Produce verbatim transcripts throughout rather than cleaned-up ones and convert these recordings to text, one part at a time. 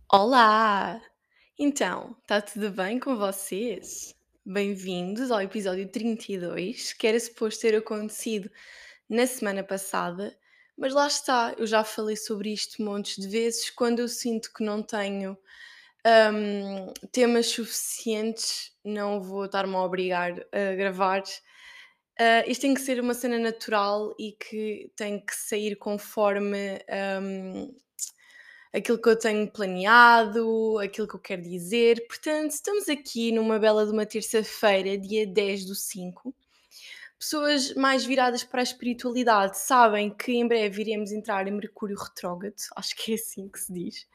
Olá! Então, está tudo bem com vocês? Bem-vindos ao episódio trinta e dois, que era suposto ter acontecido na semana passada, mas lá está, eu já falei sobre isto montes de vezes. Quando eu sinto que não tenho hum, temas suficientes, não vou estar-me a obrigar a gravar. Ah, isto tem que ser uma cena natural e que tem que sair conforme hum, aquilo que eu tenho planeado, aquilo que eu quero dizer. Portanto, estamos aqui numa bela de uma terça-feira, dia dez do cinco. Pessoas mais viradas para a espiritualidade sabem que em breve iremos entrar em Mercúrio retrógrado, acho que é assim que se diz.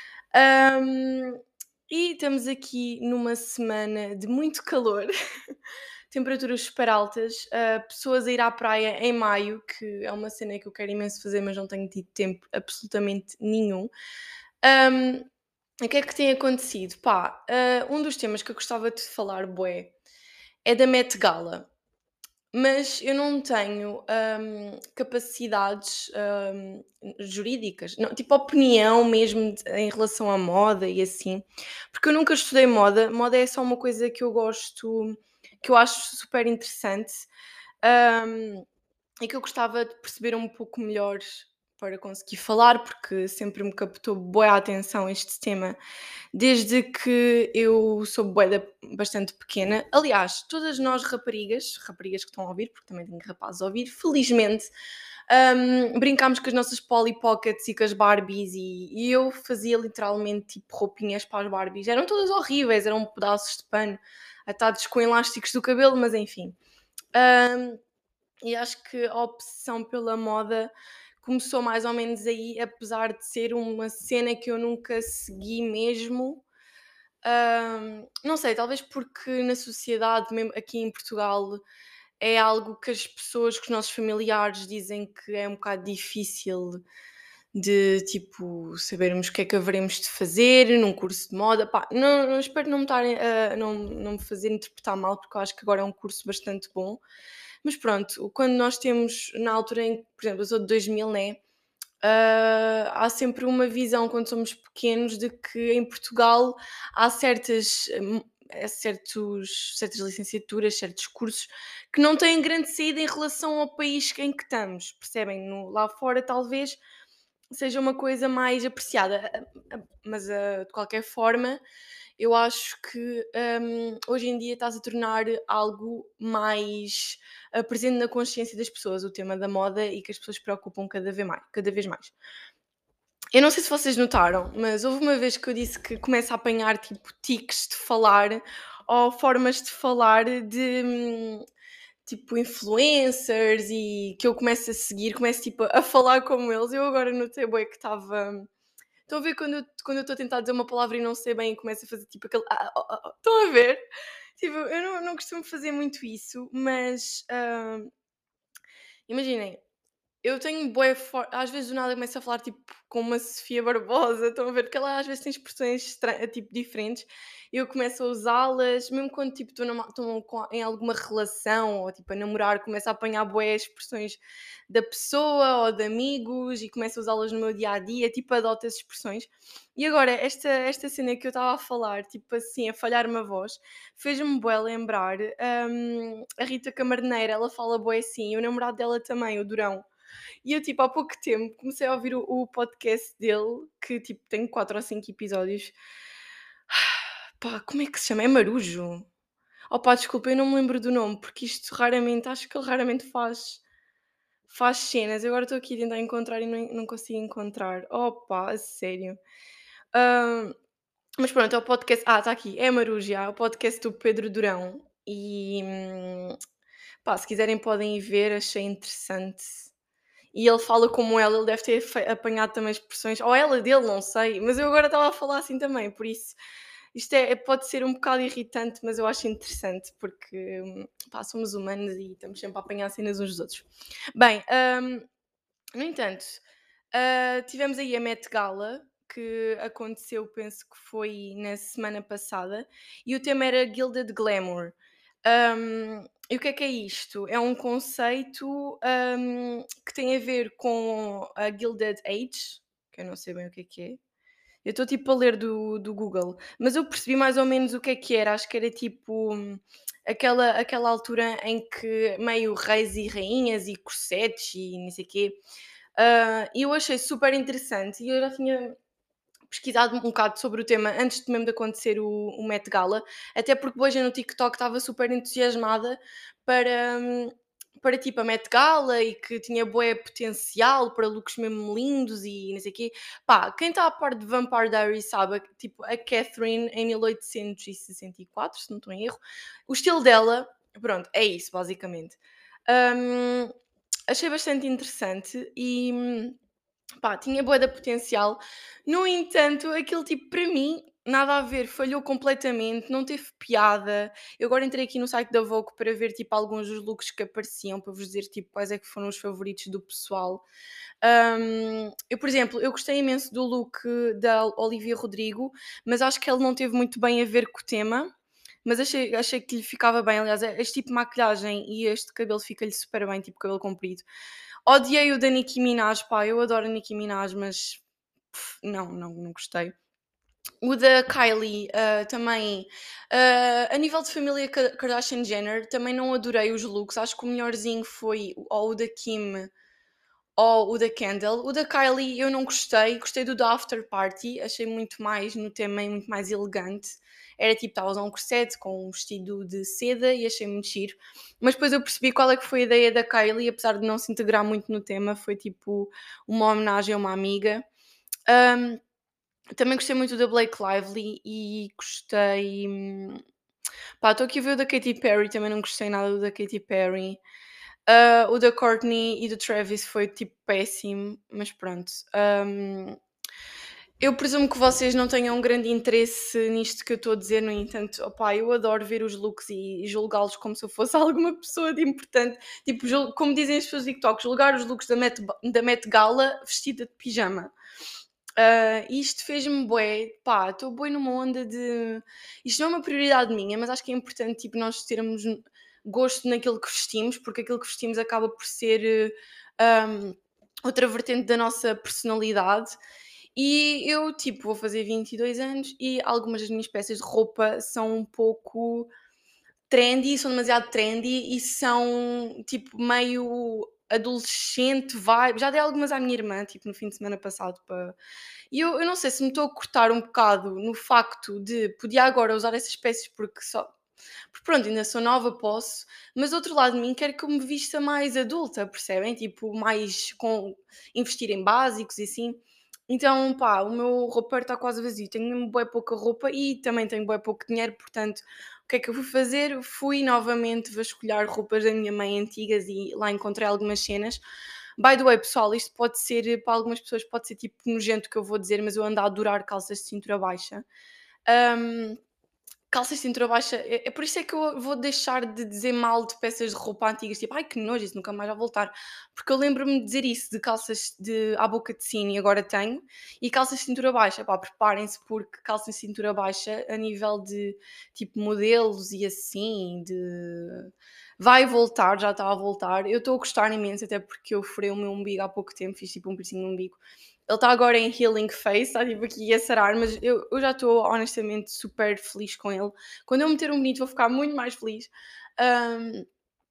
Ahm, e estamos aqui numa semana de muito calor, temperaturas super altas, ah, pessoas a ir à praia em maio, que é uma cena que eu quero imenso fazer, mas não tenho tido tempo absolutamente nenhum. Ahm, o que é que tem acontecido? Pá, ah, um dos temas que eu gostava de falar, bué, é da Met Gala. Mas eu não tenho, hum, capacidades, hum, jurídicas, não, tipo opinião mesmo de em relação à moda e assim, porque eu nunca estudei moda. Moda é só uma coisa que eu gosto, que eu acho super interessante, hum, e que eu gostava de perceber um pouco melhor para conseguir falar, porque sempre me captou bué a atenção este tema desde que eu sou bué da bastante pequena. Aliás, todas nós raparigas, raparigas que estão a ouvir, porque também tenho rapazes a ouvir, felizmente, hum, brincámos com as nossas Polly Pockets e com as Barbies, e, e eu fazia literalmente tipo roupinhas para as Barbies. Eram todas horríveis, eram pedaços de pano atados com elásticos do cabelo, mas enfim. Hum, e acho que a obsessão pela moda começou mais ou menos aí, apesar de ser uma cena que eu nunca segui mesmo. Hum, não sei, talvez porque na sociedade, mesmo aqui em Portugal, é algo que as pessoas, que os nossos familiares dizem que é um bocado difícil de, tipo, sabermos o que é que haveremos de fazer num curso de moda. Pá, não, não- espero não me, estarem a- não, não me fazer interpretar mal, porque eu acho que agora é um curso bastante bom. Mas pronto, quando nós temos, na altura em que, por exemplo, eu sou de dois mil, né? Ah, há sempre uma visão quando somos pequenos de que em Portugal há certas, hum, há certos, certas licenciaturas, certos cursos que não têm grande saída em relação ao país em que estamos, percebem? No- lá fora talvez seja uma coisa mais apreciada, ah, ah, mas ah, de qualquer forma eu acho que hum, hoje em dia está-se a tornar algo mais ah, presente na consciência das pessoas, o tema da moda, e que as pessoas se preocupam cada vez mais. Cada vez mais. Eu não sei se vocês notaram, mas houve uma vez que eu disse que começo a apanhar tipo tiques de falar ou formas de falar de hum, tipo influencers, e que eu começo a seguir, começo tipo a falar como eles. Eu agora notei bué que estava. Estão a ver quando eu quando eu estou a tentar dizer uma palavra e não sei bem e começo a fazer tipo aquele "ah, oh, oh, oh", estão a ver? Tipo, eu não não costumo fazer muito isso, mas, hã, imaginem, eu tenho bué for às vezes do nada começo a falar, tipo, com uma Sofia Barbosa, estão a ver? Porque ela às vezes tem expressões estra tipo, diferentes, e eu começo a usá-las, mesmo quando, tipo, estou numa estou com em alguma relação ou, tipo, a namorar, começo a apanhar bué expressões da pessoa ou de amigos e começo a usá-las no meu dia a dia, tipo, adoto as expressões. E agora esta esta cena que eu estava a falar, tipo assim, a falhar-me a voz, fez-me bué lembrar, hum, a Rita Camarneira. Ela fala bué assim, e o namorado dela também, o Durão. E eu, tipo, há pouco tempo comecei a ouvir o, o podcast dele, que tipo tem quatro ou cinco episódios. Pá, como é que se chama? É Marujo? Oh pá, desculpa, eu não me lembro do nome, porque isto raramente, acho que ele raramente faz, faz cenas. Eu agora estou aqui a tentar encontrar e não, não consigo encontrar. Oh pá, a sério. Ahm, mas pronto, é o podcast. Ah, está aqui, é Marujo, já, é o podcast do Pedro Durão. E hum, pá, se quiserem podem ir ver, achei interessante. E ele fala como ela, ele deve ter fe apanhado também expressões, ou ela dele, não sei, mas eu agora estava a falar assim também, por isso isto é é pode ser um bocado irritante, mas eu acho interessante, porque, hum, pá, somos humanos e estamos sempre a apanhar cenas uns dos outros. Bem, hum, no entanto, ah, tivemos aí a Met Gala, que aconteceu, penso que foi na semana passada, e o tema era Gilded Glamour. Hum, e o que é que é isto? É um conceito, hum, que tem a ver com a Gilded Age, que eu não sei bem o que é que é. Eu estou tipo a ler do do Google, mas eu percebi mais ou menos o que é que era, acho que era tipo, hum, aquela aquela altura em que meio reis e rainhas e corsetes e não sei quê, hã, e eu achei super interessante e eu já tinha pesquisado um bocado sobre o tema antes de mesmo de acontecer o o Met Gala, até porque hoje no TikTok estava super entusiasmada para, hum, para tipo a Met Gala e que tinha bué potencial para looks mesmo lindos e não sei o quê. Pá, quem está a par de Vampire Diaries sabe, tipo, a Catherine em mil oitocentos e sessenta e quatro, se não estou em erro, o estilo dela, pronto, é isso basicamente. Hum, Achei bastante interessante e hum, pá, tinha bué de potencial. No entanto, aquele tipo, para mim, nada a ver, falhou completamente, não teve piada. Eu agora entrei aqui no site da Vogue para ver, tipo, alguns dos looks que apareciam, para vos dizer, tipo, quais é que foram os favoritos do pessoal. Hum, eu, por exemplo, eu gostei imenso do look da Olivia Rodrigo, mas acho que ele não teve muito bem a ver com o tema. Mas achei, achei que lhe ficava bem. Aliás, este tipo de maquilhagem e este cabelo fica-lhe super bem, tipo cabelo comprido. Odiei o da Nicki Minaj, pá, eu adoro a Nicki Minaj, mas pff, não, não, não gostei. O da Kylie, ah, também, ah, a nível de família Ka- Kardashian Jenner, também não adorei os looks. Acho que o melhorzinho foi o- ou o da Kim ou o da Kendall. O da Kylie eu não gostei, gostei do da After Party, achei muito mais no tema e muito mais elegante. Era tipo, estava a usar um corset com um vestido de seda e achei muito giro. Mas depois eu percebi qual é que foi a ideia da Kylie, apesar de não se integrar muito no tema, foi tipo uma homenagem a uma amiga. Ahm, Também gostei muito da Blake Lively e gostei. hum, Pá, estou aqui a ver o da Katy Perry, também não gostei nada do da Katy Perry. Ah, o da Courtney e do Travis foi tipo péssimo, mas pronto. Ahm, eu presumo que vocês não tenham um grande interesse nisto que eu estou a dizer, no entanto, opá, eu adoro ver os looks e, e julgá-los como se eu fosse alguma pessoa de importante. Tipo, jul- como dizem as pessoas do TikTok, julgar os looks da Met, da Met Gala vestida de pijama. Ah, isto fez-me bué, pá, estou bué numa onda de. Isto não é uma prioridade minha, mas acho que é importante tipo, nós termos n- gosto naquilo que vestimos, porque aquilo que vestimos acaba por ser eh, um, outra vertente da nossa personalidade. E eu, tipo, vou fazer vinte e dois anos e algumas das minhas peças de roupa são um pouco trendy, são demasiado trendy e são tipo meio adolescente vibe. Já dei algumas à minha irmã, tipo no fim de semana passado, para e eu eu não sei se me estou a cortar um bocado no facto de podia agora usar essas peças porque só porque pronto, ainda sou nova, posso, mas outro lado de mim quer que eu me vista mais adulta, percebem? Tipo, mais com investir em básicos e assim. Então, pá, o meu roupeiro está quase vazio. Tenho mesmo bué pouca roupa e também tenho bué pouco dinheiro, portanto, o que é que eu fui fazer? Fui novamente vasculhar roupas da minha mãe antigas e lá encontrei algumas cenas. By the way, pessoal, isto pode ser, para algumas pessoas, pode ser tipo nojento o que eu vou dizer, mas eu ando a adorar calças de cintura baixa. Ahm, Calças de cintura baixa, é é por isso é que eu vou deixar de dizer mal de peças de roupa antigas, tipo: "Ai, que nojo, isso nunca mais vai voltar", porque eu lembro-me de dizer isso de calças de à boca de sino e agora tenho, e calças de cintura baixa, pá, preparem-se porque calças de cintura baixa a nível de, tipo, modelos e assim, de vai voltar, já está a voltar. Eu estou a gostar imenso, até porque eu furei o meu umbigo há pouco tempo, fiz tipo um piercing no umbigo. Ele está agora em healing phase, está tipo aqui a sarar, mas eu, eu já estou honestamente super feliz com ele. Quando eu meter um bonito, vou ficar muito mais feliz. Ahm,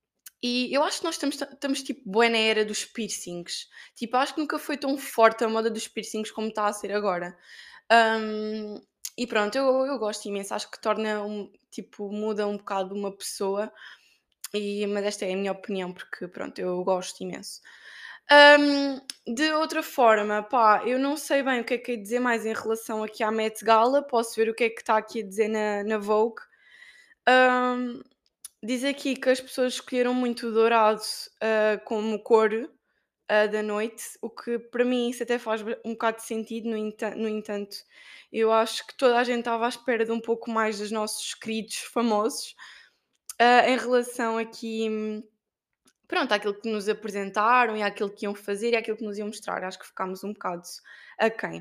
e eu acho que nós estamos, estamos tipo bué na era dos piercings. Tipo, acho que nunca foi tão forte a moda dos piercings como está a ser agora. Ahm, e pronto, eu, eu gosto imenso. Acho que torna um, tipo, muda um bocado uma pessoa. E, mas esta é a minha opinião, porque pronto, eu gosto imenso. Hum, de outra forma, pá, eu não sei bem o que é que é dizer mais em relação aqui à Met Gala, posso ver o que é que está aqui a dizer na, na Vogue. Hum, Diz aqui que as pessoas escolheram muito o dourado ah, como cor ah, da noite, o que para mim isso até faz ba- um bocado de sentido, no, entan- no entanto, eu acho que toda a gente estava à espera de um pouco mais dos nossos queridos famosos ah, em relação aqui. hum, Pronto, àquilo que nos apresentaram e àquilo que iam fazer e àquilo que nos iam mostrar. Acho que ficámos um bocado aquém.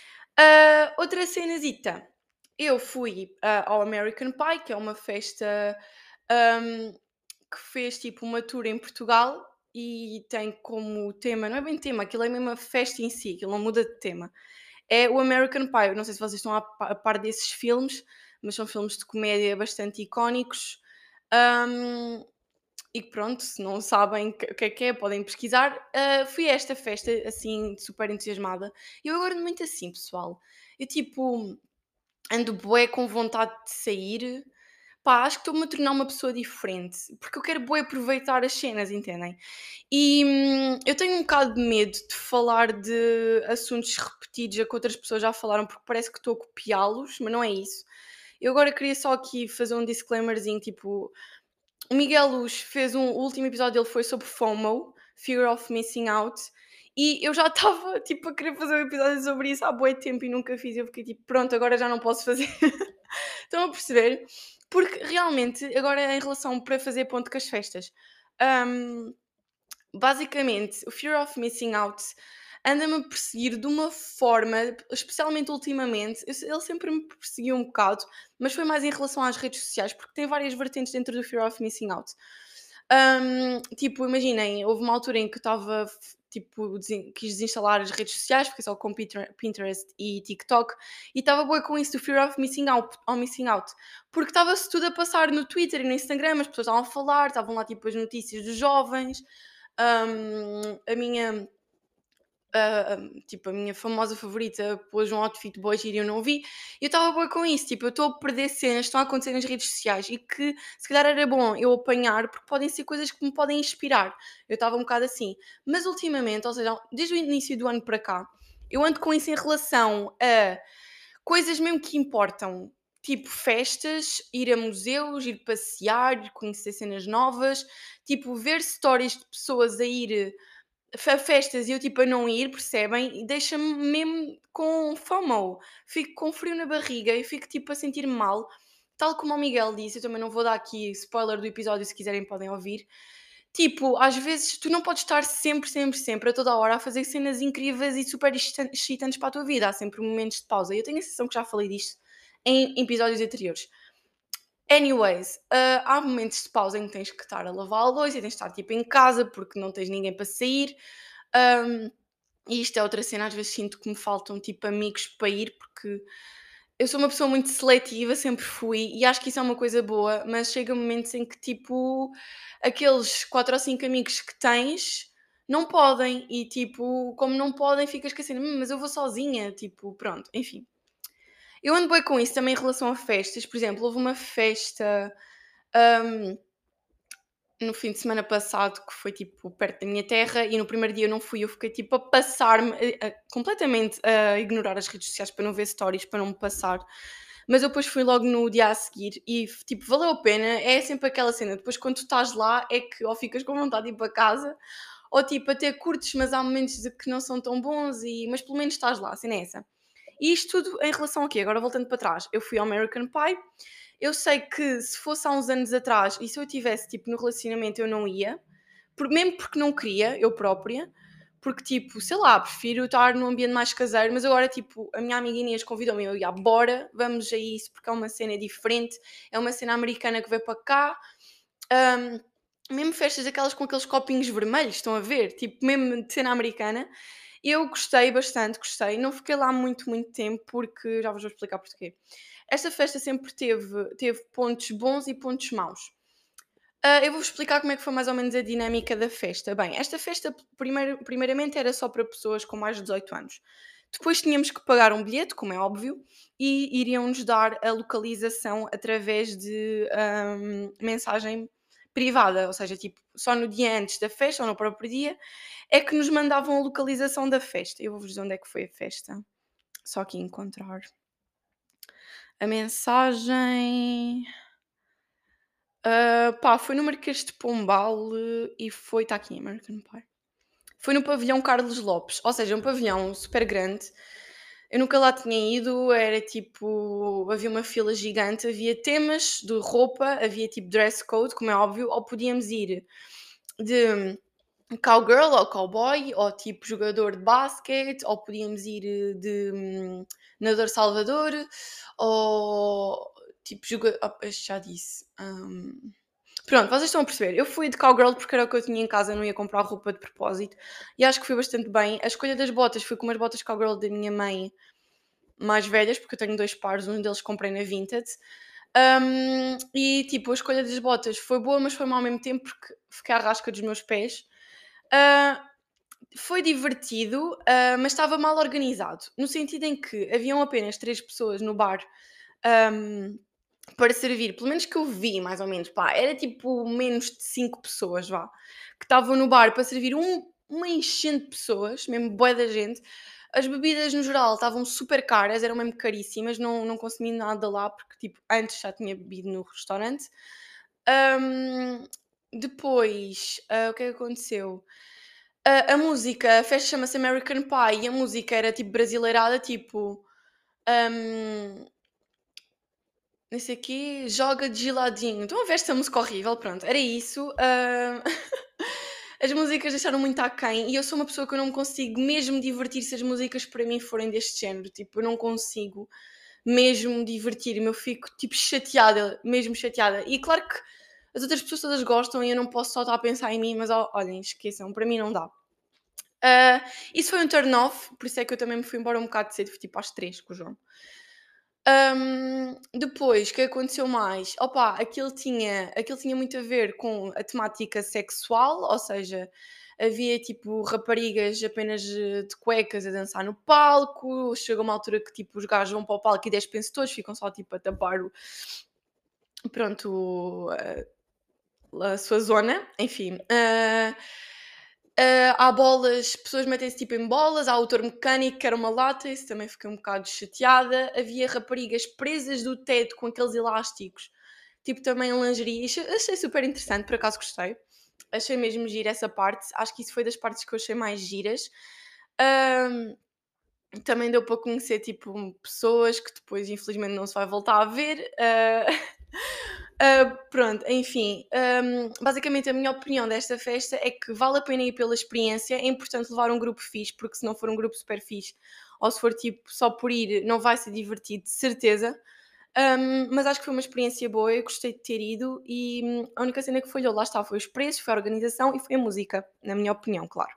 Ah, outra cenazita. Eu fui, ah, ao American Pie, que é uma festa, ahm, que fez tipo uma tour em Portugal e tem como tema, não é bem tema, aquilo é mesmo a festa em si, aquilo não muda de tema. é o American Pie. Eu não sei se vocês estão a pa a par desses filmes, mas são filmes de comédia bastante icónicos. Hum, e que pronto, se não sabem que o que é que é, podem pesquisar. Ah, fui a esta festa, assim, super entusiasmada. E eu agora ando muito assim, pessoal. Eu, tipo, ando bué com vontade de sair. Pá, acho que estou-me a tornar uma pessoa diferente, porque eu quero bué aproveitar as cenas, entendem? E, hum, eu tenho um bocado de medo de falar de assuntos repetidos a que outras pessoas já falaram, porque parece que estou a copiá-los, mas não é isso. Eu agora queria só aqui fazer um disclaimerzinho, tipo, o Miguel Luz fez um o último episódio dele foi sobre FOMO, Fear of Missing Out, e eu já estava, tipo, a querer fazer um episódio sobre isso há bué tempo e nunca fiz, eu fiquei tipo: "Pronto, agora já não posso fazer". Estão a perceber? Porque realmente, agora em relação para fazer ponto com as festas, hum, basicamente, o Fear of Missing Out anda-me a perseguir de uma forma, especialmente ultimamente, eu se ele sempre me perseguiu um bocado, mas foi mais em relação às redes sociais, porque tem várias vertentes dentro do Fear of Missing Out. Hum, tipo, imaginem, houve uma altura em que eu estava, f tipo, desen quis desinstalar as redes sociais, fiquei só com Pinter Pinterest e TikTok, e estava bué com isso do Fear of Missing Out ou Missing Out, porque estava-se tudo a passar no Twitter e no Instagram, as pessoas estavam a falar, estavam lá, tipo, as notícias dos jovens, hum, a minha a, a- tipo, a minha famosa favorita pôs um outfit bué giro e eu não vi. E eu estava boa com isso, tipo, eu estou a perder cenas que estão a acontecer nas redes sociais e que se calhar era bom eu apanhar, porque podem ser coisas que me podem inspirar. Eu estava um bocado assim. Mas ultimamente, ou seja, desde o início do ano para cá, eu ando com isso em relação a coisas mesmo que importam. Tipo festas, ir a museus, ir passear, ir conhecer cenas novas, tipo ver stories de pessoas a ir Fe festas e eu tipo a não ir, percebem? E deixa-me mesmo com FOMO, fico com frio na barriga e fico tipo a sentir-me mal. Tal como o Miguel disse, eu também não vou dar aqui spoiler do episódio, se quiserem podem ouvir. Tipo, às vezes tu não podes estar sempre, sempre, sempre, a toda hora a fazer cenas incríveis e super excitan excitantes para a tua vida, há sempre momentos de pausa. E eu tenho a sensação que já falei disto em episódios anteriores. Anyways, hã, há momentos de pausa em que tens que estar a lavar a louça e tens de estar tipo em casa porque não tens ninguém para sair. Hum, e isto é outra cena, às vezes sinto que me faltam tipo amigos para ir, porque eu sou uma pessoa muito seletiva, sempre fui, e acho que isso é uma coisa boa, mas chega momentos em que tipo aqueles quatro ou cinco amigos que tens não podem, e tipo, como não podem, ficas com assim, "Hum, mas eu vou sozinha", tipo, pronto, enfim. Eu ando bem com isso também em relação a festas, por exemplo, houve uma festa, hum, no fim de semana passado, que foi, tipo, perto da minha terra, e no primeiro dia eu não fui, eu fiquei, tipo, a passar-me, a a completamente a ignorar as redes sociais para não ver stories, para não me passar. Mas eu depois fui logo no dia a seguir e, f tipo, valeu a pena. É sempre aquela cena, depois quando tu estás lá é que ou ficas com vontade de ir para casa, ou, tipo, até curtes, mas há momentos de que não são tão bons e mas pelo menos estás lá, a cena é essa. E isto tudo em relação a quê? Agora voltando para trás, eu fui ao American Pie, eu sei que se fosse há uns anos atrás e se eu tivesse, tipo, no relacionamento eu não ia, por mesmo porque não queria, eu própria, porque, tipo, sei lá, prefiro estar num ambiente mais caseiro, mas agora, tipo, a minha amiga Inês convidou-me, eu ia, bora, vamos a isso, porque é uma cena diferente, é uma cena americana que veio para cá, hum, mesmo festas aquelas com aqueles copinhos vermelhos, estão a ver? Tipo, mesmo de cena americana. Eu gostei bastante, gostei. Não fiquei lá muito, muito tempo, porque já vos vou explicar porquê. Esta festa sempre teve, teve pontos bons e pontos maus. Ah, eu vou-vos explicar como é que foi mais ou menos a dinâmica da festa. Bem, esta festa, primeiro, primeiramente, era só para pessoas com mais de dezoito anos. Depois tínhamos que pagar um bilhete, como é óbvio, e iriam-nos dar a localização através de hum, mensagem privada, ou seja, tipo, só no dia antes da festa ou no próprio dia é que nos mandavam a localização da festa. Eu vou-vos dizer onde é que foi a festa. Só aqui encontrar a mensagem. Ah, pá, foi no Marquês de Pombal eh, e foi. Está aqui, American Pie. Foi no pavilhão Carlos Lopes, ou seja, um pavilhão super grande. Eu nunca lá tinha ido, era tipo. Havia uma fila gigante, havia temas de roupa, havia tipo dress code, como é óbvio, ou podíamos ir de cowgirl ou cowboy, ou tipo jogador de basquete, ou podíamos ir eh, de hum, nadador salvador, ou tipo jogador. Oh, este já disse. hum, Pronto, vocês estão a perceber. Eu fui de cowgirl porque era o que eu tinha em casa, não ia comprar roupa de propósito. E acho que foi bastante bem. A escolha das botas foi com umas botas cowgirl da minha mãe. mais velhas, porque eu tenho dois pares, um deles comprei na Vinted. Hum, e tipo, a escolha das botas foi boa, mas foi mau ao mesmo tempo porque fiquei à rasca dos meus pés. Ah, Foi divertido, ah, mas estava mal organizado, no sentido em que haviam apenas três pessoas no bar, hum, para servir, pelo menos que eu vi mais ou menos, pá, era tipo menos de cinco pessoas, vá, que estavam no bar para servir um uma enchente de pessoas, mesmo bué da gente. As bebidas no geral estavam super caras, eram mesmo caríssimas, não não consumi nada lá, porque tipo, antes já tinha bebido no restaurante. Hum, Depois, ah, o que é que aconteceu? A a música, a festa chama-se American Pie e a música era tipo brasileirada, tipo, hum, não sei o quê, joga de geladinho. Estão a ver esta música horrível? Pronto, era isso. hã, as músicas deixaram muito aquém e eu sou uma pessoa que eu não me consigo mesmo divertir se as músicas para mim forem deste género, tipo, eu não consigo mesmo divertir-me, eu fico tipo chateada, mesmo chateada. E claro que as outras pessoas todas gostam e eu não posso só estar a pensar em mim, mas ó, olhem, esqueçam, para mim não dá. Ah, isso foi um turn off, por isso é que eu também me fui embora um bocado cedo, fui tipo às três com o João. Hum, depois, o que aconteceu mais? Opa, aquilo tinha, aquilo tinha muito a ver com a temática sexual, ou seja, havia tipo raparigas apenas eh, de cuecas a dançar no palco. Chega uma altura que tipo os gajos vão para o palco e despem-se todos, ficam só tipo a tapar o, pronto, a sua zona, enfim. Ah, ah, há bolas, pessoas metem-se tipo em bolas, há o autor mecânico que era uma lata, isso também fiquei um bocado chateada. Havia raparigas presas do teto com aqueles elásticos, tipo também em lingerie. Isto achei super interessante, por acaso gostei. Achei mesmo gira essa parte, acho que isso foi das partes que eu achei mais giras. Ahm, Também deu para conhecer tipo pessoas que depois infelizmente não se vai voltar a ver. ah, Ah, pronto, enfim, hum, basicamente a minha opinião desta festa é que vale a pena ir pela experiência, é importante levar um grupo fixe, porque se não for um grupo super fixe, ou se for tipo só por ir, não vai ser divertido, de certeza. Hum, mas acho que foi uma experiência boa, eu gostei de ter ido e hum, a única cena que falhou, lá está, foi os preços, foi a organização e foi a música, na minha opinião, claro.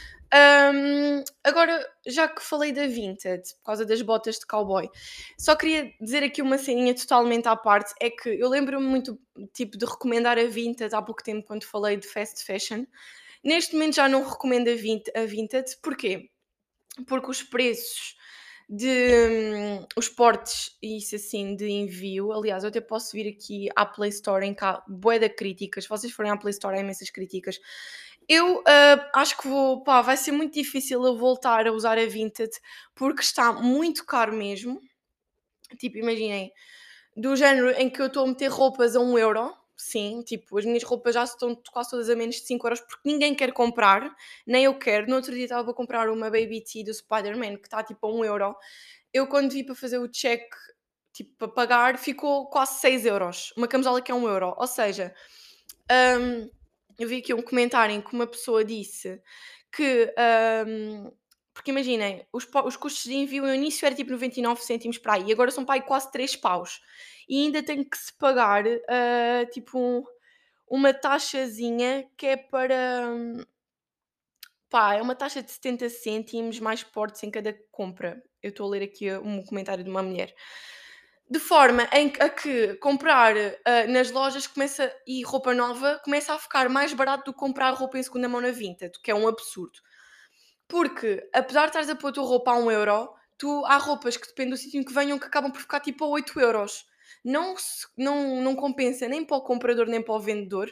Hum, agora, já que falei da Vinted, por causa das botas de cowboy, só queria dizer aqui uma ceninha totalmente à parte, é que eu lembro-me muito, tipo, de recomendar a Vinted há pouco tempo quando falei de fast fashion. Neste momento já não recomendo a Vin a Vinted, porquê? Porque os preços de hum, os portes e isso assim de envio, aliás, eu até posso vir aqui à Play Store em cá bué de críticas, se vocês forem à Play Store há imensas críticas. Eu, ah, acho que vou pá, vai ser muito difícil eu voltar a usar a Vinted, porque está muito caro mesmo. Tipo, imaginem, do género em que eu estou a meter roupas a um euro, sim, tipo, as minhas roupas já estão quase todas a menos de cinco euros porque ninguém quer comprar, nem eu quero. No outro dia estava a comprar uma Baby Tee do Spider-Man que está tipo a um euro. Eu quando vi para fazer o check, tipo, para pagar, ficou quase seis euros. Uma camisola que é um euro. Ou seja, hum, eu vi aqui um comentário em que uma pessoa disse que, hum, porque imaginem, os, po- os custos de envio no início era tipo noventa e nove cêntimos para aí, e agora são para aí quase três paus. E ainda tem que se pagar, ah, tipo, um- uma taxazinha que é para. hum, Pá, é uma taxa de setenta cêntimos mais portes em cada compra. Eu estou a ler aqui uh, um comentário de uma mulher. De forma em que, a que comprar ah, nas lojas começa, e roupa nova começa a ficar mais barato do que comprar roupa em segunda mão na Vinted, que é um absurdo. Porque, apesar de estares a pôr a tua roupa a um euro, tu, há roupas que depende do sítio em que venham que acabam por ficar tipo a oito euros. Não, se- não, não compensa nem para o comprador nem para o vendedor.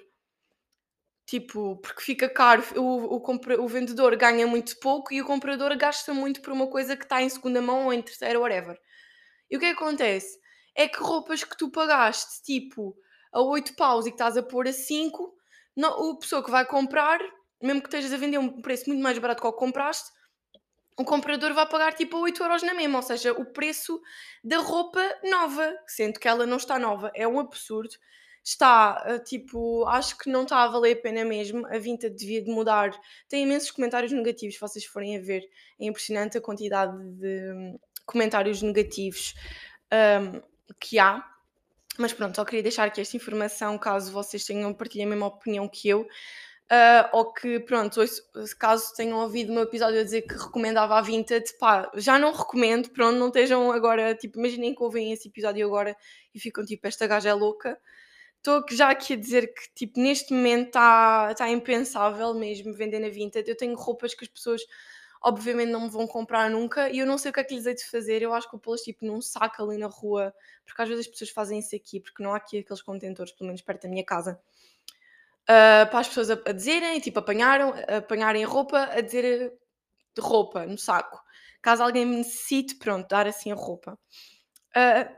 Tipo, porque fica caro, o o compra o vendedor ganha muito pouco e o comprador gasta muito por uma coisa que está em segunda mão ou em terceira, whatever. E o que é que acontece? É que roupas que tu pagaste, tipo, a oito paus e que estás a pôr a cinco, não, a pessoa que vai comprar, mesmo que estejas a vender a um preço muito mais barato que o que compraste, o comprador vai pagar tipo a oito euros na mesma, ou seja, o preço da roupa nova, sendo que ela não está nova. É um absurdo. Está, ah, tipo, acho que não está a valer a pena mesmo. A Vinted devia de mudar. Tem imensos comentários negativos, se vocês forem a ver. É impressionante a quantidade de hum, comentários negativos hum, que há. Mas pronto, só queria deixar aqui esta informação, caso vocês tenham partilhem a mesma opinião que eu. Ah, ou que, pronto, ouço caso tenham ouvido o meu episódio a dizer que recomendava a Vinted, pá, já não recomendo, pronto, não estejam agora, tipo, imaginem que ouvem esse episódio agora e ficam tipo, esta gaja é louca. Estou já aqui a dizer que, tipo, neste momento está tá impensável mesmo vender na Vinted. Eu tenho roupas que as pessoas, obviamente, não me vão comprar nunca e eu não sei o que é que lhes hei de fazer. Eu acho que vou pô-las, tipo, num saco ali na rua, porque às vezes as pessoas fazem isso aqui, porque não há aqui aqueles contentores, pelo menos perto da minha casa, ah, para as pessoas a, a dizerem, tipo, apanharam, apanharem roupa, a dizer eh, de roupa no saco. Caso alguém me necessite, pronto, dar assim a roupa. Ah,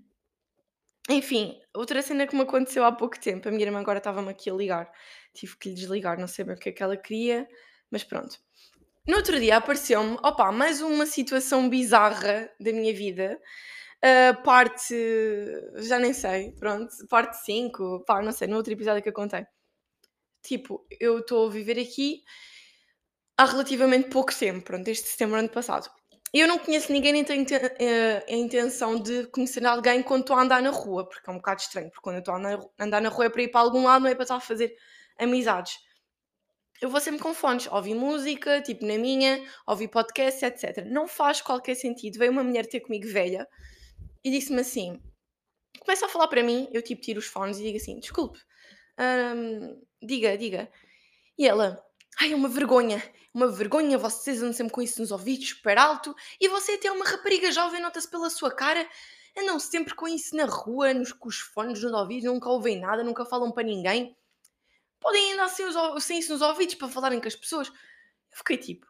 enfim, outra cena que me aconteceu há pouco tempo, a minha irmã agora estava-me aqui a ligar, tive que lhe desligar, não sei bem o que é que ela queria, mas pronto. No outro dia apareceu-me, opa, mais uma situação bizarra da minha vida, ah, parte, já nem sei, pronto, parte cinco, pá, não sei, no outro episódio que eu contei. Tipo, eu estou a viver aqui há relativamente pouco tempo, pronto, desde setembro do ano passado. Eu não conheço ninguém, nem tenho inten- eh, a intenção de conhecer alguém quando estou a andar na rua, porque é um bocado estranho, porque quando eu estou a andar, andar na rua é para ir para algum lado, não é para estar a fazer amizades. Eu vou sempre com fones, ouvir música, tipo na minha, ouvir podcast, etcétera. Não faz qualquer sentido. Veio uma mulher ter comigo velha e disse-me assim: começa a falar para mim, eu tipo tiro os fones e digo assim: desculpe, hum, diga, diga. E ela: "Ai, é uma vergonha, uma vergonha, vocês andam sempre com isso nos ouvidos, super alto, e você até é uma rapariga jovem, nota-se pela sua cara, andam sempre com isso na rua, nos, com os fones nos ouvidos, nunca ouvem nada, nunca falam para ninguém. Podem andar sem, os, ou- sem isso nos ouvidos para falarem com as pessoas." Eu fiquei tipo,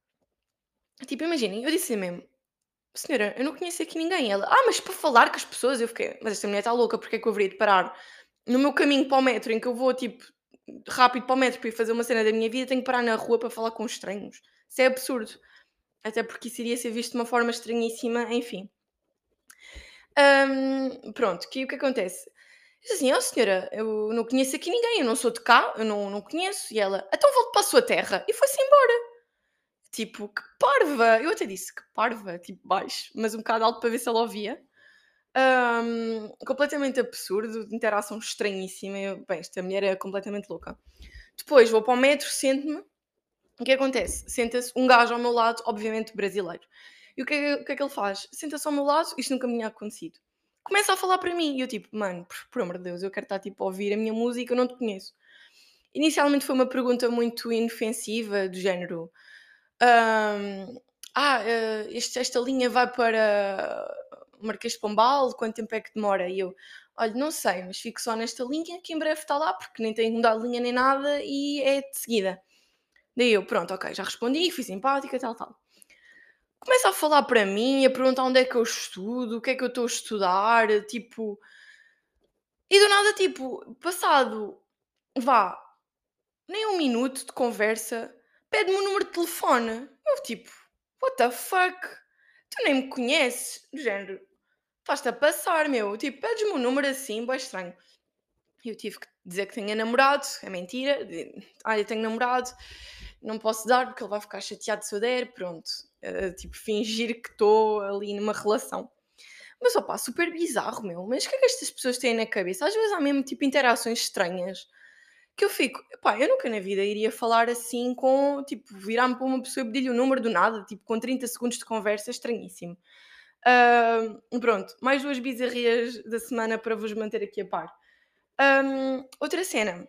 tipo, imaginem, eu disse mesmo: "Senhora, eu não conheço aqui ninguém." Ela: "Ah, mas para falar com as pessoas." Eu fiquei: "Mas esta mulher está louca, porque é que eu haveria de parar no meu caminho para o metro, em que eu vou tipo rápido para o metro para ir fazer uma cena da minha vida, tenho que parar na rua para falar com estranhos. Isso é absurdo." Até porque isso iria ser visto de uma forma estranhíssima, enfim. Hum, pronto, que, o que acontece? Diz assim: "Oh senhora, eu não conheço aqui ninguém, eu não sou de cá, eu não, não conheço." E ela: "Então volte para a sua terra." E foi-se embora. Tipo, que parva! Eu até disse que parva, tipo baixo, mas um bocado alto para ver se ela ouvia. Hum, completamente absurdo, de interação estranhíssima. Eu, bem, esta mulher é completamente louca. Depois vou para o metro, sento-me. O que acontece? Senta-se um gajo ao meu lado, obviamente brasileiro. E o que é, o que é que ele faz? Senta-se ao meu lado, isto nunca me tinha acontecido. Começa a falar para mim e eu tipo, mano, por, por amor de Deus, eu quero estar tipo a ouvir a minha música, eu não te conheço. Inicialmente foi uma pergunta muito inofensiva, do género: ahm, ah, eh, este- esta linha vai para Marquês de Pombal, quanto tempo é que demora? E eu: olha, não sei, mas fico só nesta linha que em breve está lá, porque nem tenho que mudar de linha nem nada e é de seguida. Daí eu: pronto, ok, já respondi, fui simpática, tal, tal. Começa a falar para mim, a perguntar onde é que eu estudo, o que é que eu estou a estudar, tipo, e do nada, tipo, passado, vá, nem um minuto de conversa, pede-me o número de telefone. Eu, tipo, what the fuck? Tu nem me conheces, do género, estás-te a passar, meu, tipo, pedes-me um número assim, bem estranho. E eu tive que dizer que tinha namorado, é mentira. de- Ah, eu tenho namorado, não posso dar porque ele vai ficar chateado se eu der. Pronto. Eh, tipo, fingir que estou ali numa relação. Mas opá, super bizarro, meu. Mas o que é que estas pessoas têm na cabeça? Às vezes há mesmo tipo interações estranhas que eu fico, pá, eu nunca na vida iria falar assim com, tipo, virar-me para uma pessoa e pedir-lhe o número do nada, tipo, com trinta segundos de conversa, é estranhíssimo. Ah, pronto, mais duas bizarrias da semana para vos manter aqui a par. Hum, outra cena,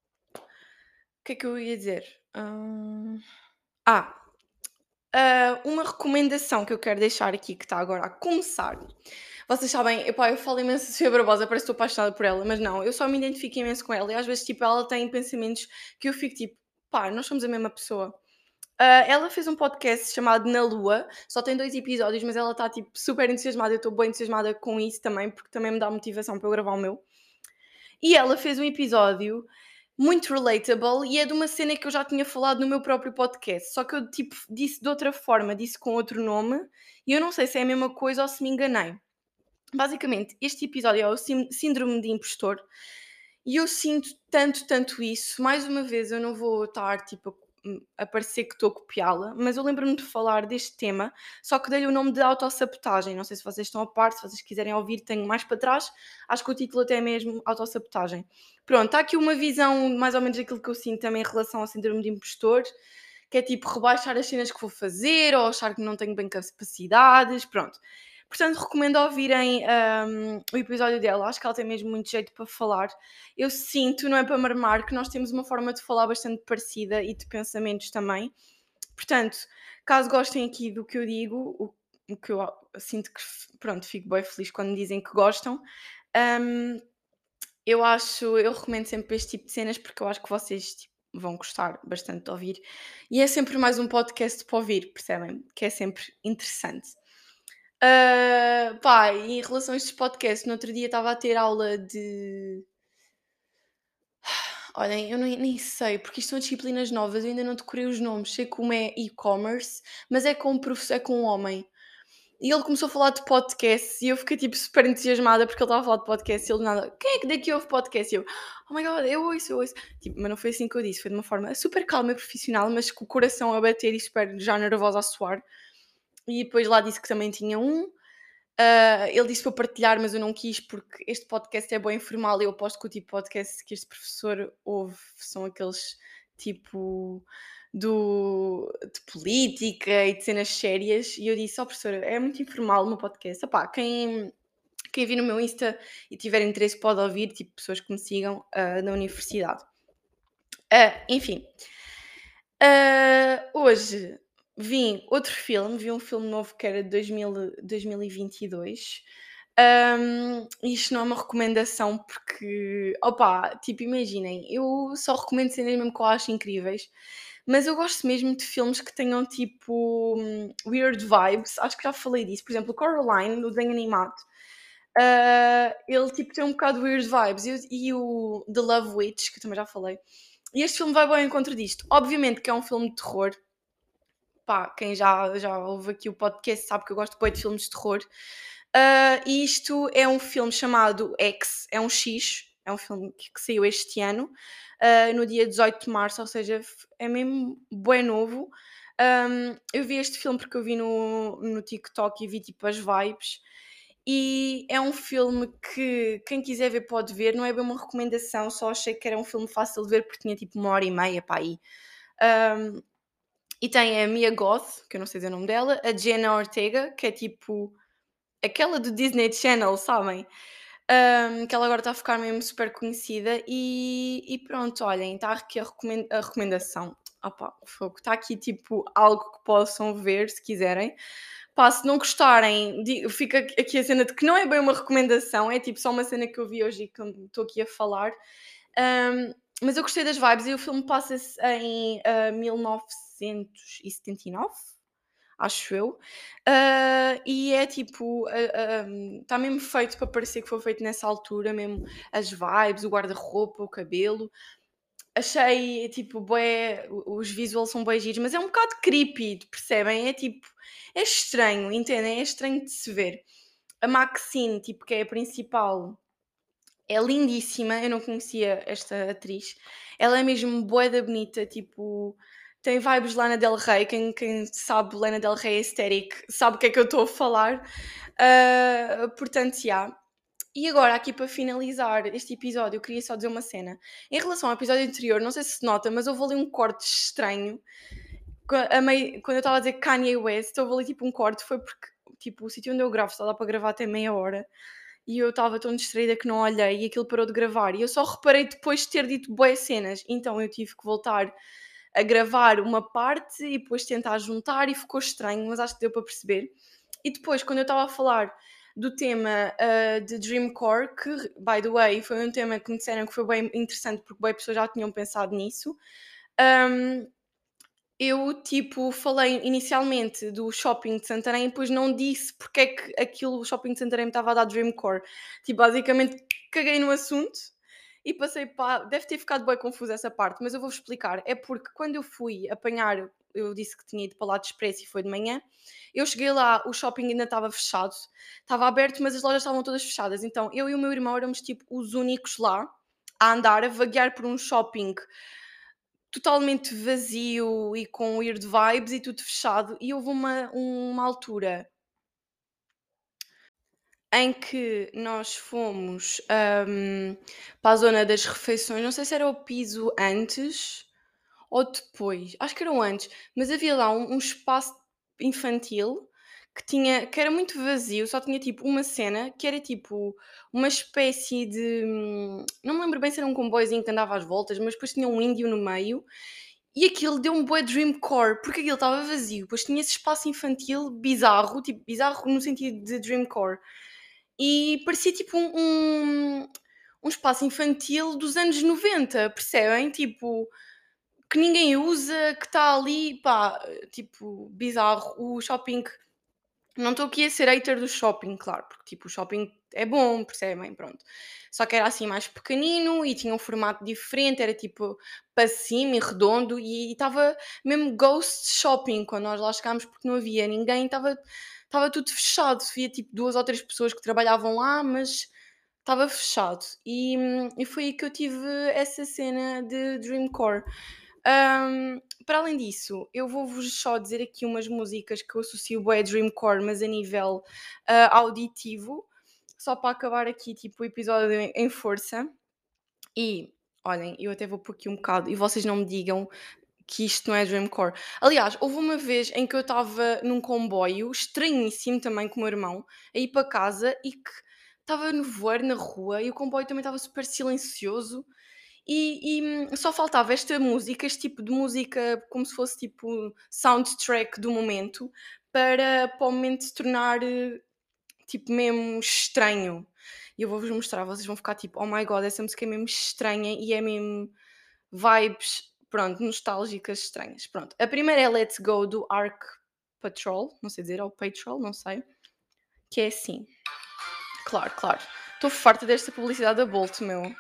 o que é que eu ia dizer? Hum, ah, ah, uma recomendação que eu quero deixar aqui, que está agora a começar. Vocês sabem, epá, eu falo imenso de Sofia Barbosa, parece que estou apaixonada por ela, mas não, eu só me identifico imenso com ela e às vezes tipo, ela tem pensamentos que eu fico tipo, pá, nós somos a mesma pessoa. Ah, ela fez um podcast chamado Na Lua, só tem dois episódios, mas ela está tipo super entusiasmada, eu estou bem entusiasmada com isso também, porque também me dá motivação para eu gravar o meu. E ela fez um episódio muito relatable e é de uma cena que eu já tinha falado no meu próprio podcast, só que eu tipo disse de outra forma, disse com outro nome, e eu não sei se é a mesma coisa ou se me enganei. Basicamente, este episódio é o sim- síndrome de impostor e eu sinto tanto, tanto isso. Mais uma vez, eu não vou estar tipo hum, a parecer que estou a copiá-la, mas eu lembro-me de falar deste tema, só que dei-lhe o nome de autossabotagem. Não sei se vocês estão a par, se vocês quiserem ouvir, tenho mais para trás. Acho que o título até é mesmo autossabotagem. Pronto, está aqui uma visão mais ou menos daquilo que eu sinto também em relação ao síndrome de impostor, que é tipo rebaixar as cenas que vou fazer ou achar que não tenho bem capacidades, pronto. Portanto, recomendo ouvirem hum, o episódio dela, acho que ela tem mesmo muito jeito para falar. Eu sinto, não é para marmar, que nós temos uma forma de falar bastante parecida e de pensamentos também. Portanto, caso gostem aqui do que eu digo, o, o que eu ah, sinto que, pronto, fico bem feliz quando me dizem que gostam. hum, eu acho, eu recomendo sempre este tipo de cenas porque eu acho que vocês tipo, vão gostar bastante de ouvir. E é sempre mais um podcast para ouvir, percebem? Que é sempre interessante. Ah, pá, e em relação a estes podcasts, no outro dia estava a ter aula de. Olhem, eu nem, nem sei, porque isto são disciplinas novas, eu ainda não decorei os nomes, sei como é e-commerce, mas é com um professor, é com um homem. E ele começou a falar de podcasts e eu fiquei tipo super entusiasmada porque ele estava a falar de podcasts e ele de nada, quem é que daqui ouve podcast? E eu, oh my god, eu ouço, eu ouço. Tipo, mas não foi assim que eu disse, foi de uma forma super calma e profissional, mas com o coração a bater e super já nervosa a suar. E depois lá disse que também tinha um. Ah, ele disse para partilhar, mas eu não quis porque este podcast é bem informal e eu aposto que o tipo de podcast que este professor ouve são aqueles tipo do, de política e de cenas sérias. E eu disse, ó professora, é muito informal o meu podcast. Epá, quem, quem vir no meu Insta e tiver interesse pode ouvir, tipo pessoas que me sigam ah, na universidade. Ah, enfim, ah, hoje vi outro filme, vi um filme novo que era de dois mil, dois mil e vinte e dois. Um, isto não é uma recomendação porque, opá, tipo, imaginem, eu só recomendo cenas mesmo que eu acho incríveis, mas eu gosto mesmo de filmes que tenham tipo hum, weird vibes. Acho que já falei disso, por exemplo, o Coraline, do desenho animado. ah, ele tipo tem um bocado de weird vibes e, o- e o The Love Witch, que eu também já falei. E este filme vai bem ao encontro disto. Obviamente que é um filme de terror. Pá, quem já, já ouve aqui o podcast sabe que eu gosto bem de filmes de terror. Ah, e isto é um filme chamado X, é um X, é um filme que, que saiu este ano, ah, no dia dezoito de março, ou seja, f- é mesmo bem novo. Ahm, eu vi este filme porque eu vi no, no TikTok e vi tipo as vibes. E é um filme que quem quiser ver pode ver, não é bem uma recomendação, só achei que era um filme fácil de ver porque tinha tipo uma hora e meia para aí. Ahm, e tem a Mia Goth, que eu não sei dizer o nome dela, a Jenna Ortega, que é tipo aquela do Disney Channel, sabem? Ahm, que ela agora está a ficar mesmo super conhecida e, e pronto, olhem, está aqui a, recomen- a recomendação. Opa, fogo, está aqui tipo algo que possam ver se quiserem. Pá, se não gostarem, di- fica aqui a cena de que não é bem uma recomendação, é tipo só uma cena que eu vi hoje e que eu estou aqui a falar. Ahm, mas eu gostei das vibes e o filme passa-se em ah, mil novecentos e setenta e nove, acho eu. Ah, e é tipo, está mesmo feito para parecer que foi feito nessa altura, mesmo as vibes, o guarda-roupa, o cabelo. Achei tipo, bué, o- os visuals são bué giros, mas é um bocado creepy, percebem? É tipo, é estranho, entendem? É estranho de se ver. A Maxine, tipo, que é a principal, é lindíssima, eu não conhecia esta atriz. Ela é mesmo bué da bonita, tipo, tem vibes Lana Del Rey, quem, quem sabe Lana Del Rey aesthetic sabe o que é que eu estou a falar. Ah, portanto, já. E agora, aqui para finalizar este episódio, eu queria só dizer uma cena. Em relação ao episódio anterior, não sei se se nota, mas houve ali um corte estranho. Qua- a mei- Quando eu estava a dizer Kanye West, houve ali tipo um corte, foi porque tipo, o sítio onde eu gravo só dá para gravar até meia hora e eu estava tão distraída que não olhei e aquilo parou de gravar. E eu só reparei depois de ter dito boas cenas. Então eu tive que voltar a gravar uma parte e depois tentar juntar e ficou estranho, mas acho que deu para perceber. E depois, quando eu estava a falar do tema ah, de Dreamcore, que, by the way, foi um tema que me disseram que foi bem interessante porque bem pessoas já tinham pensado nisso. ahm, eu, tipo, falei inicialmente do shopping de Santarém e depois não disse porque é que aquilo, o shopping de Santarém me estava a dar Dreamcore. Tipo, basicamente caguei no assunto e passei para. Deve ter ficado bem confusa essa parte, mas eu vou-vos explicar. É porque quando eu fui apanhar, eu disse que tinha ido para lá de expresso e foi de manhã. Eu cheguei lá, o shopping ainda estava fechado, estava aberto, mas as lojas estavam todas fechadas. Então eu e o meu irmão éramos tipo os únicos lá a andar, a vaguear por um shopping totalmente vazio e com weird vibes e tudo fechado. E houve uma, uma altura em que nós fomos, hum, para a zona das refeições, não sei se era o piso antes ou depois, acho que eram antes, mas havia lá um, um espaço infantil que tinha, que era muito vazio, só tinha tipo uma cena que era tipo uma espécie de. hum, Não me lembro bem se era um comboiozinho que andava às voltas, mas depois tinha um índio no meio e aquilo deu um bué dreamcore, porque aquilo estava vazio, depois tinha esse espaço infantil bizarro, tipo bizarro no sentido de dreamcore. E parecia tipo um, um, um espaço infantil dos anos noventa, percebem? Tipo, que ninguém usa, que está ali, pá, tipo, bizarro. O shopping, não estou aqui a ser hater do shopping, claro, porque tipo, o shopping é bom, percebem? Pronto. Só que era assim mais pequenino e tinha um formato diferente, era tipo para cima e redondo e estava mesmo ghost shopping quando nós lá chegámos porque não havia ninguém, estava estava tudo fechado, havia tipo duas ou três pessoas que trabalhavam lá, mas estava fechado. E, hum, e foi aí que eu tive essa cena de Dreamcore. Hum, para além disso, eu vou-vos só dizer aqui umas músicas que eu associo bué a Dreamcore, mas a nível ah, auditivo, só para acabar aqui tipo, o episódio em, em força. E olhem, eu até vou por aqui um bocado e vocês não me digam que isto não é Dreamcore. Aliás, houve uma vez em que eu estava num comboio, estranhíssimo também com o meu irmão, a ir para casa e que estava no voeiro na rua e o comboio também estava super silencioso e, e, hum, só faltava esta música, este tipo de música, como se fosse tipo soundtrack do momento, para, para o momento se tornar eh, tipo mesmo estranho. E eu vou-vos mostrar, vocês vão ficar tipo, oh my god, essa música é mesmo estranha e é mesmo vibes, pronto, nostálgicas estranhas. Pronto, a primeira é Let's Go do Arc Patrol, não sei dizer, ou Patrol, não sei, que é assim. Claro, claro. Estou farta desta publicidade da Bolt, meu.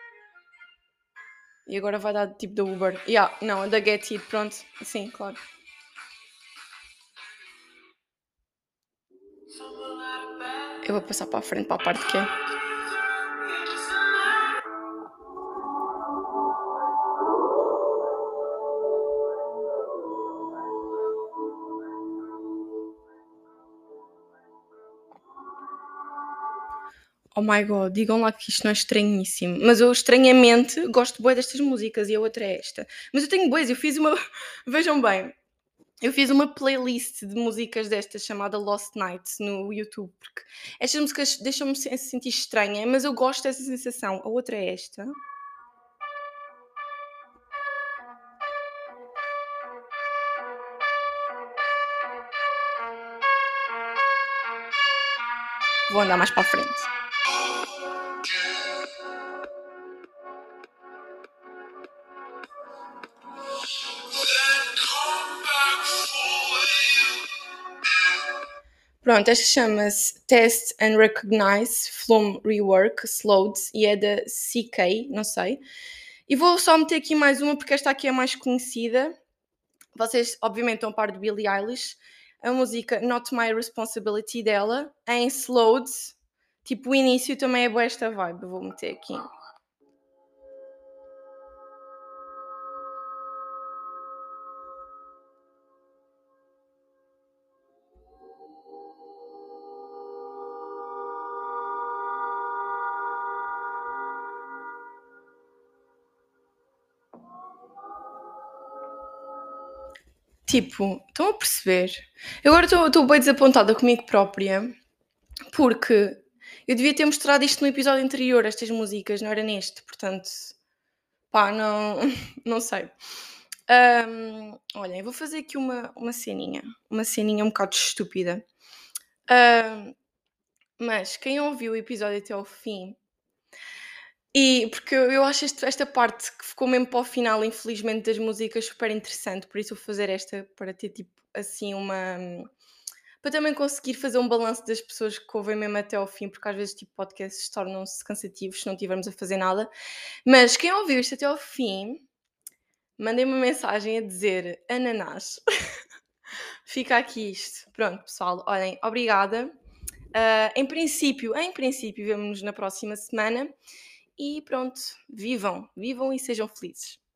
E agora vai dar tipo da Uber. Yeah, não, da Get It, pronto. Sim, claro. Eu vou passar para a frente para a parte que é. Oh my god, digam lá que isto não é estranhíssimo. Mas eu estranhamente gosto bué destas músicas e a outra é esta. Mas eu tenho bués, eu fiz uma. Vejam bem, eu fiz uma playlist de músicas destas chamada Lost Nights no YouTube, porque estas músicas deixam-me se sentir estranha, mas eu gosto dessa sensação. A outra é esta. Vou andar mais para a frente. Pronto, esta chama-se Test and Recognize Flume Rework Slowed e é da C K, não sei. E vou só meter aqui mais uma porque esta aqui é mais conhecida. Vocês, obviamente, estão a par de Billie Eilish. A música Not My Responsibility dela, em Slowed, tipo o início também é boa esta vibe. Eu vou meter aqui. Tipo, estão a perceber? Eu agora estou bem desapontada comigo própria, porque eu devia ter mostrado isto no episódio anterior, estas músicas, não era neste, portanto, pá, não, não sei. Ahm, olhem, vou fazer aqui uma, uma ceninha, uma ceninha um bocado estúpida. Ahm, mas quem ouviu o episódio até ao fim, e porque eu, eu acho este- esta parte que ficou mesmo para o final, infelizmente, das músicas super interessante, por isso vou fazer esta para ter tipo assim uma. Para também conseguir fazer um balanço das pessoas que ouvem mesmo até ao fim, porque às vezes tipo podcasts tornam-se cansativos se não estivermos a fazer nada. Mas quem ouviu isto até ao fim, mandei uma mensagem a dizer ananás. Fica aqui isto. Pronto, pessoal, olhem, obrigada. Ah, em princípio, em princípio, vemo-nos na próxima semana. E pronto, vivam, vivam e sejam felizes.